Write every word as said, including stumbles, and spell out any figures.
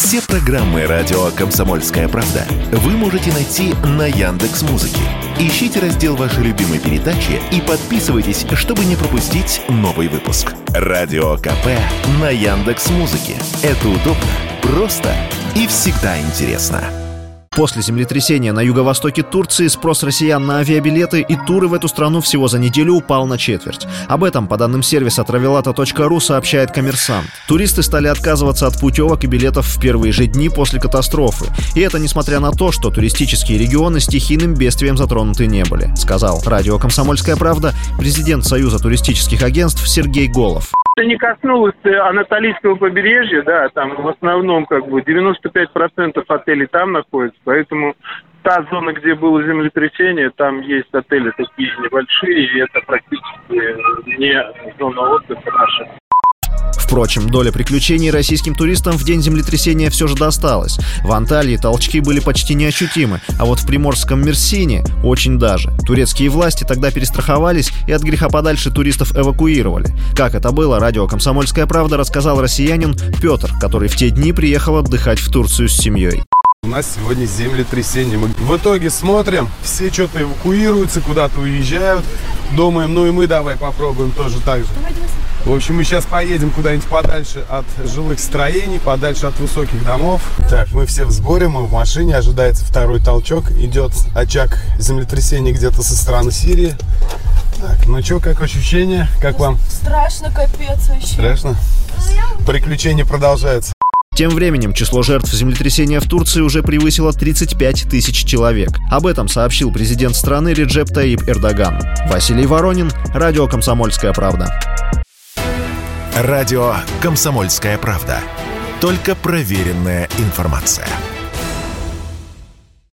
Все программы радио «Комсомольская правда» вы можете найти на Яндекс.Музыке. Ищите раздел вашей любимой передачи и подписывайтесь, чтобы не пропустить новый выпуск. Радио КП на Яндекс.Музыке. Это удобно, просто и всегда интересно. После землетрясения на юго-востоке Турции спрос россиян на авиабилеты и туры в эту страну всего за неделю упал на четверть. Об этом, по данным сервиса Travelata точка ру, сообщает «Коммерсант». Туристы стали отказываться от путевок и билетов в первые же дни после катастрофы. И это несмотря на то, что туристические регионы стихийным бедствием затронуты не были, сказал радио «Комсомольская правда» президент Союза туристических агентств Сергей Голов. Это не коснулось Анатолийского побережья, да, там в основном как бы девяносто пять процентов отелей там находится, поэтому та зона, где было землетрясение, там есть отели такие небольшие, и это практически не зона отдыха наша. Впрочем, доля приключений российским туристам в день землетрясения все же досталась. В Анталии толчки были почти неощутимы, а вот в приморском Мерсине очень даже. Турецкие власти тогда перестраховались и от греха подальше туристов эвакуировали. Как это было, радио «Комсомольская правда» рассказал россиянин Петр, который в те дни приехал отдыхать в Турцию с семьей. У нас сегодня землетрясение. Мы в итоге смотрим, все что-то эвакуируются, куда-то уезжают. Думаем, ну и мы давай попробуем тоже так же. В общем, мы сейчас поедем куда-нибудь подальше от жилых строений, подальше от высоких домов. Так, мы все в сборе, мы в машине, ожидается второй толчок. Идет очаг землетрясения где-то со стороны Сирии. Так, ну что, как ощущения? Как вам? Страшно, капец вообще. Страшно? Приключения продолжаются. Тем временем число жертв землетрясения в Турции уже превысило тридцать пять тысяч человек. Об этом сообщил президент страны Реджеп Таyyip Эрдоган. Василий Воронин, радио «Комсомольская правда». Радио «Комсомольская правда». Только проверенная информация.